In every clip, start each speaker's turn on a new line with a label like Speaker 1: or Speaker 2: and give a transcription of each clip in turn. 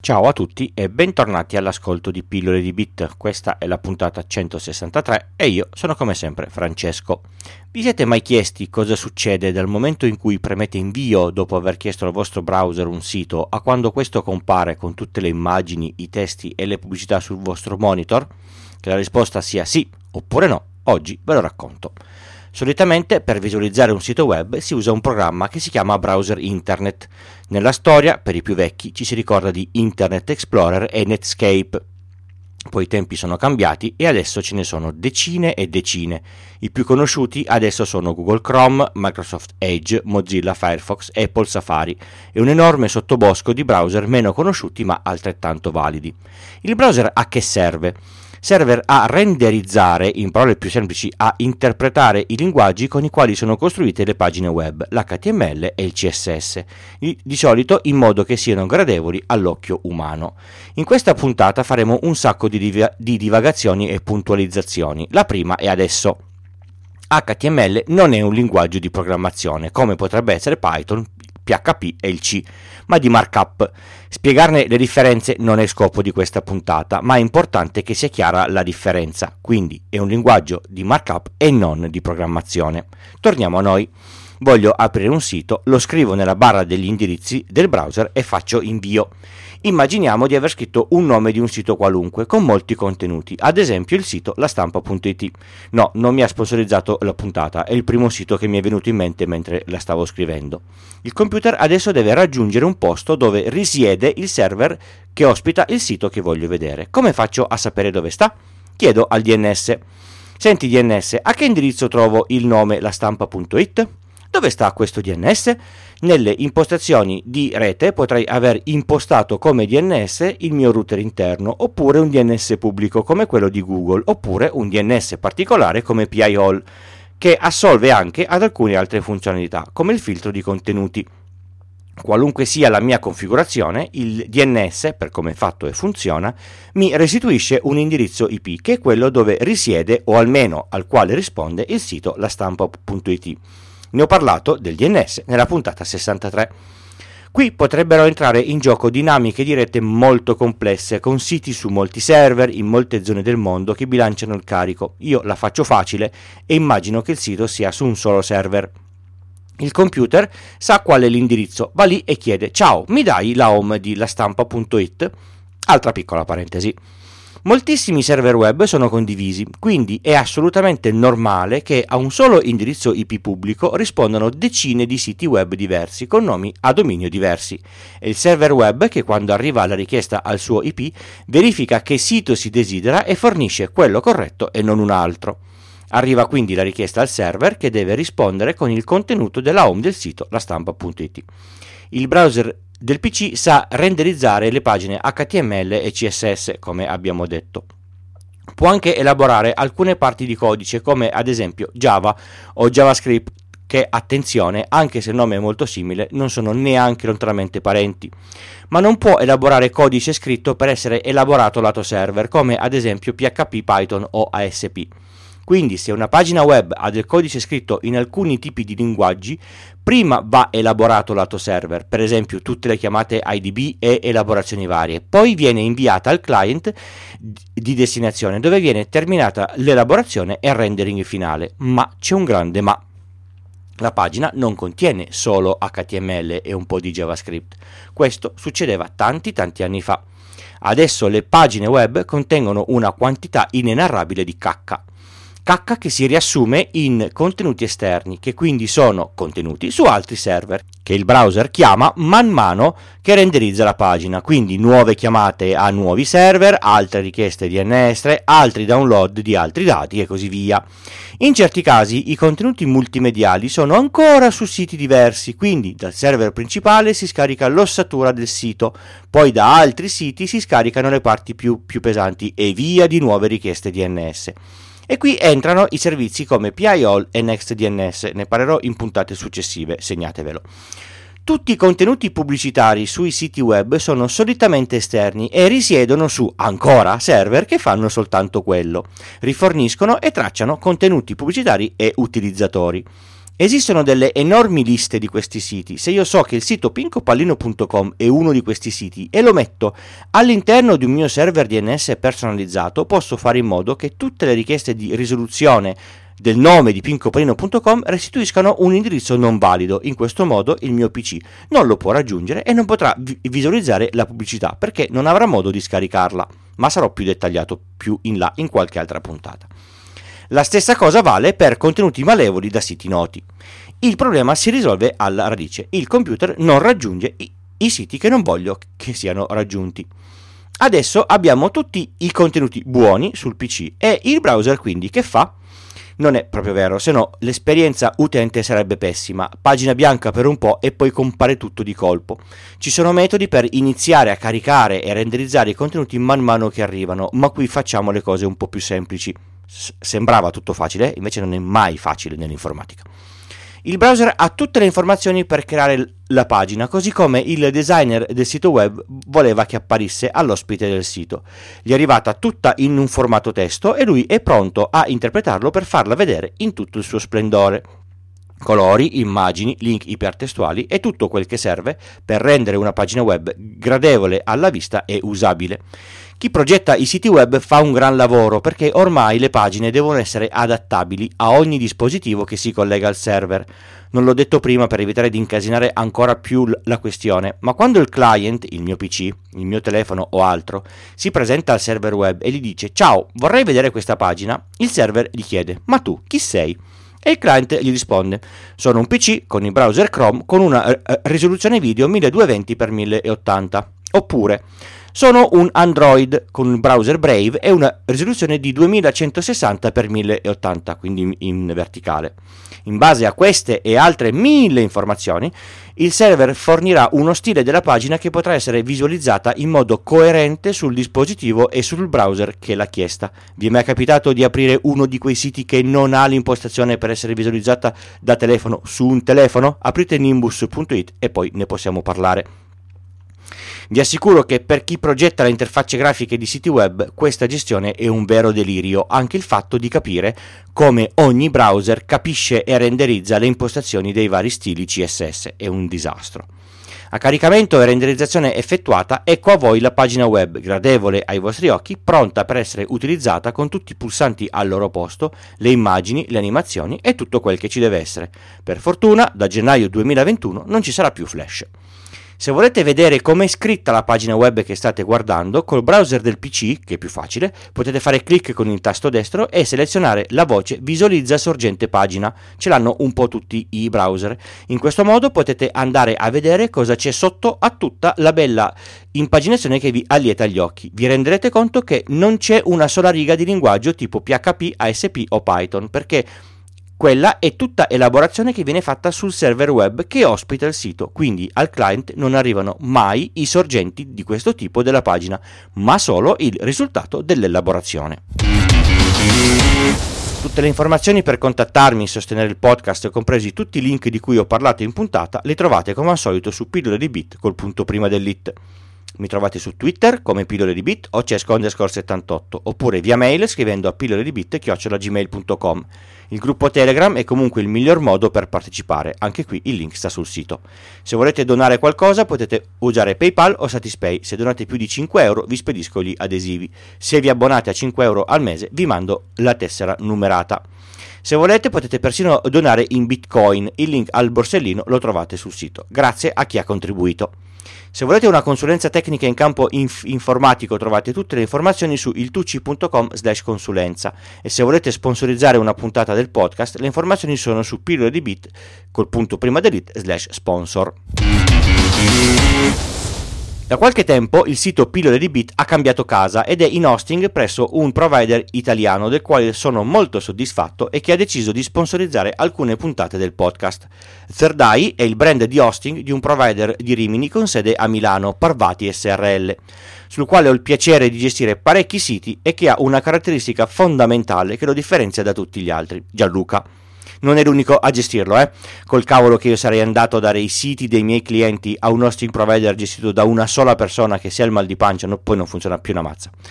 Speaker 1: Ciao a tutti e bentornati all'ascolto di Pillole di Bit. Questa è la puntata 163 e io sono come sempre Francesco. Vi siete mai chiesti cosa succede dal momento in cui premete invio dopo aver chiesto al vostro browser un sito a quando questo compare con tutte le immagini, i testi e le pubblicità sul vostro monitor? Che la risposta sia sì oppure no, oggi ve lo racconto. Solitamente per visualizzare un sito web si usa un programma che si chiama Browser Internet. Nella storia, per i più vecchi, ci si ricorda di Internet Explorer e Netscape. Poi i tempi sono cambiati e adesso ce ne sono decine e decine. I più conosciuti adesso sono Google Chrome, Microsoft Edge, Mozilla Firefox, Apple Safari e un enorme sottobosco di browser meno conosciuti ma altrettanto validi. Il browser a che serve? Serve a renderizzare, in parole più semplici, a interpretare i linguaggi con i quali sono costruite le pagine web, l'HTML e il CSS, di solito in modo che siano gradevoli all'occhio umano. In questa puntata faremo un sacco di divagazioni e puntualizzazioni. La prima è adesso. HTML non è un linguaggio di programmazione, come potrebbe essere Python, PHP e il C, ma di markup. Spiegarne le differenze non è scopo di questa puntata, ma è importante che sia chiara la differenza, quindi è un linguaggio di markup e non di programmazione. Torniamo a noi. Voglio aprire un sito, lo scrivo nella barra degli indirizzi del browser e faccio invio. Immaginiamo di aver scritto un nome di un sito qualunque con molti contenuti, ad esempio il sito lastampa.it. No, non mi ha sponsorizzato la puntata, è il primo sito che mi è venuto in mente mentre la stavo scrivendo. Il computer adesso deve raggiungere un posto dove risiede il server che ospita il sito che voglio vedere. Come faccio a sapere dove sta? Chiedo al DNS. Senti DNS, a che indirizzo trovo il nome lastampa.it? Dove sta questo DNS? Nelle impostazioni di rete potrei aver impostato come DNS il mio router interno, oppure un DNS pubblico come quello di Google, oppure un DNS particolare come PI-All, che assolve anche ad alcune altre funzionalità, come il filtro di contenuti. Qualunque sia la mia configurazione, il DNS, per come è fatto e funziona, mi restituisce un indirizzo IP, che è quello dove risiede, o almeno al quale risponde, il sito lastampa.it. Ne ho parlato del DNS nella puntata 63. Qui potrebbero entrare in gioco dinamiche di rete molto complesse, con siti su molti server in molte zone del mondo che bilanciano il carico. Io la faccio facile e immagino che il sito sia su un solo server. Il computer sa qual è l'indirizzo, va lì e chiede: ciao, mi dai la home di lastampa.it? Altra piccola parentesi. Moltissimi server web sono condivisi, quindi è assolutamente normale che a un solo indirizzo IP pubblico rispondano decine di siti web diversi con nomi a dominio diversi. È il server web che, quando arriva la richiesta al suo IP, verifica che sito si desidera e fornisce quello corretto e non un altro. Arriva quindi la richiesta al server, che deve rispondere con il contenuto della home del sito lastampa.it. Il browser del PC sa renderizzare le pagine HTML e CSS, come abbiamo detto. Può anche elaborare alcune parti di codice, come ad esempio Java o JavaScript, che, attenzione, anche se il nome è molto simile, non sono neanche lontanamente parenti. Ma non può elaborare codice scritto per essere elaborato lato server, come ad esempio PHP, Python o ASP. Quindi, se una pagina web ha del codice scritto in alcuni tipi di linguaggi, prima va elaborato lato server, per esempio tutte le chiamate IDB e elaborazioni varie, poi viene inviata al client di destinazione, dove viene terminata l'elaborazione e il rendering finale. Ma c'è un grande ma. La pagina non contiene solo HTML e un po' di JavaScript. Questo succedeva tanti anni fa. Adesso le pagine web contengono una quantità inenarrabile di cacca che si riassume in contenuti esterni, che quindi sono contenuti su altri server, che il browser chiama man mano che renderizza la pagina, quindi nuove chiamate a nuovi server, altre richieste DNS, altri download di altri dati e così via. In certi casi i contenuti multimediali sono ancora su siti diversi, quindi dal server principale si scarica l'ossatura del sito, poi da altri siti si scaricano le parti più pesanti e via di nuove richieste DNS. E qui entrano i servizi come PI-All e NextDNS, ne parlerò in puntate successive, segnatevelo. Tutti i contenuti pubblicitari sui siti web sono solitamente esterni e risiedono su, ancora, server che fanno soltanto quello. Riforniscono e tracciano contenuti pubblicitari e utilizzatori. Esistono delle enormi liste di questi siti. Se io so che il sito pincopallino.com è uno di questi siti e lo metto all'interno di un mio server DNS personalizzato, posso fare in modo che tutte le richieste di risoluzione del nome di pincopallino.com restituiscano un indirizzo non valido. In questo modo il mio PC non lo può raggiungere e non potrà visualizzare la pubblicità perché non avrà modo di scaricarla, ma sarò più dettagliato più in là in qualche altra puntata. La stessa cosa vale per contenuti malevoli da siti noti. Il problema si risolve alla radice: il computer non raggiunge i siti che non voglio che siano raggiunti. Adesso abbiamo tutti i contenuti buoni sul PC e il browser quindi che fa? Non è proprio vero, se no l'esperienza utente sarebbe pessima, pagina bianca per un po' e poi compare tutto di colpo. Ci sono metodi per iniziare a caricare e renderizzare i contenuti man mano che arrivano, ma qui facciamo le cose un po' più semplici. Sembrava tutto facile, invece non è mai facile nell'informatica. Il browser ha tutte le informazioni per creare la pagina, così come il designer del sito web voleva che apparisse all'ospite del sito. Gli è arrivata tutta in un formato testo e lui è pronto a interpretarlo per farla vedere in tutto il suo splendore. Colori, immagini, link ipertestuali e tutto quel che serve per rendere una pagina web gradevole alla vista e usabile. Chi progetta i siti web fa un gran lavoro perché ormai le pagine devono essere adattabili a ogni dispositivo che si collega al server. Non l'ho detto prima per evitare di incasinare ancora più la questione, ma quando il client, il mio PC, il mio telefono o altro, si presenta al server web e gli dice «Ciao, vorrei vedere questa pagina», il server gli chiede «Ma tu, chi sei?» E il client gli risponde «Sono un PC con il browser Chrome con una risoluzione video 1220x1080». Oppure «Sono un Android con il browser Brave e una risoluzione di 2160x1080», quindi in verticale. In base a queste e altre 1000 informazioni, il server fornirà uno stile della pagina che potrà essere visualizzata in modo coerente sul dispositivo e sul browser che l'ha chiesta. Vi è mai capitato di aprire uno di quei siti che non ha l'impostazione per essere visualizzata da telefono su un telefono? Aprite nimbus.it e poi ne possiamo parlare. Vi assicuro che per chi progetta le interfacce grafiche di siti web questa gestione è un vero delirio, anche il fatto di capire come ogni browser capisce e renderizza le impostazioni dei vari stili CSS è un disastro. A caricamento e renderizzazione effettuata, ecco a voi la pagina web gradevole ai vostri occhi, pronta per essere utilizzata con tutti i pulsanti al loro posto, le immagini, le animazioni e tutto quel che ci deve essere. Per fortuna da gennaio 2021 non ci sarà più Flash. Se volete vedere come è scritta la pagina web che state guardando, col browser del PC, che è più facile, potete fare clic con il tasto destro e selezionare la voce Visualizza sorgente pagina. Ce l'hanno un po' tutti i browser. In questo modo potete andare a vedere cosa c'è sotto a tutta la bella impaginazione che vi allieta gli occhi. Vi renderete conto che non c'è una sola riga di linguaggio tipo PHP, ASP o Python, perché quella è tutta elaborazione che viene fatta sul server web che ospita il sito, quindi al client non arrivano mai i sorgenti di questo tipo della pagina, ma solo il risultato dell'elaborazione. Tutte le informazioni per contattarmi e sostenere il podcast, compresi tutti i link di cui ho parlato in puntata, li trovate come al solito su Pillole di Bit col punto prima dell'it. Mi trovate su Twitter come Pillole di Bit o Cesco_78 oppure via mail scrivendo a pilloledibit@gmail.com. Il gruppo Telegram è comunque il miglior modo per partecipare, anche qui il link sta sul sito. Se volete donare qualcosa potete usare PayPal o Satispay, se donate più di 5 euro vi spedisco gli adesivi, se vi abbonate a 5 euro al mese vi mando la tessera numerata. Se volete potete persino donare in Bitcoin, il link al borsellino lo trovate sul sito. Grazie a chi ha contribuito. Se volete una consulenza tecnica in campo informatico trovate tutte le informazioni su iltucci.com/consulenza e se volete sponsorizzare una puntata del podcast le informazioni sono su Pillole di Bit col punto prima dell'it/sponsor. Da qualche tempo il sito Pillole di Bit ha cambiato casa ed è in hosting presso un provider italiano del quale sono molto soddisfatto e che ha deciso di sponsorizzare alcune puntate del podcast. Third Eye è il brand di hosting di un provider di Rimini con sede a Milano, Parvati SRL, sul quale ho il piacere di gestire parecchi siti e che ha una caratteristica fondamentale che lo differenzia da tutti gli altri: Gianluca. Non è l'unico a gestirlo, col cavolo che io sarei andato a dare i siti dei miei clienti a un hosting provider gestito da una sola persona che se ha il mal di pancia poi non funziona più una mazza.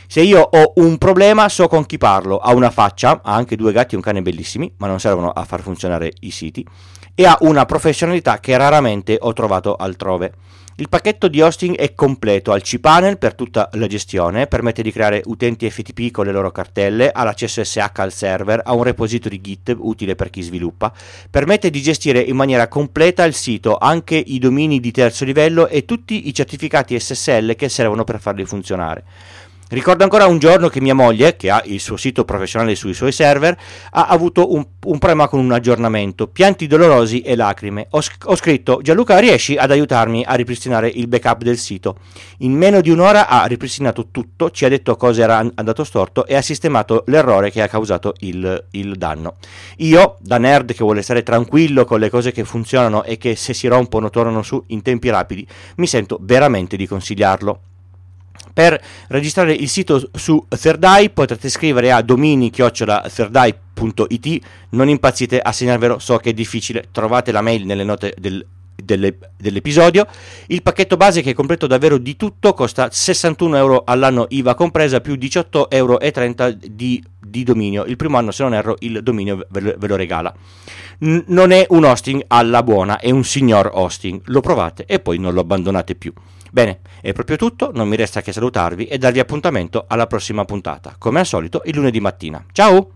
Speaker 1: Se io ho un problema so con chi parlo, ha una faccia, ha anche 2 gatti e un cane bellissimi, ma non servono a far funzionare i siti, e ha una professionalità che raramente ho trovato altrove. Il pacchetto di hosting è completo, ha il cPanel per tutta la gestione, permette di creare utenti FTP con le loro cartelle, ha l'accesso SH al server, ha un repository Git utile per chi sviluppa, permette di gestire in maniera completa il sito, anche i domini di terzo livello e tutti i certificati SSL che servono per farli funzionare. Ricordo ancora un giorno che mia moglie, che ha il suo sito professionale sui suoi server, ha avuto un problema con un aggiornamento, pianti dolorosi e lacrime. Ho scritto: Gianluca, riesci ad aiutarmi a ripristinare il backup del sito? In meno di un'ora ha ripristinato tutto, ci ha detto cosa era andato storto e ha sistemato l'errore che ha causato il danno. Io, da nerd che vuole stare tranquillo con le cose che funzionano e che se si rompono tornano su in tempi rapidi, mi sento veramente di consigliarlo. Per registrare il sito su Third Eye potrete scrivere a domini@thirdeye.it. Non impazzite a segnarvelo, so che è difficile, trovate la mail nelle note dell'episodio. Il pacchetto base, che è completo davvero di tutto, costa 61 euro all'anno IVA compresa, più 18,30 euro di dominio. Il primo anno, se non erro, il dominio ve lo regala. Non è un hosting alla buona, è un signor hosting, lo provate e poi non lo abbandonate più. Bene, è proprio tutto, non mi resta che salutarvi e darvi appuntamento alla prossima puntata, come al solito il lunedì mattina. Ciao!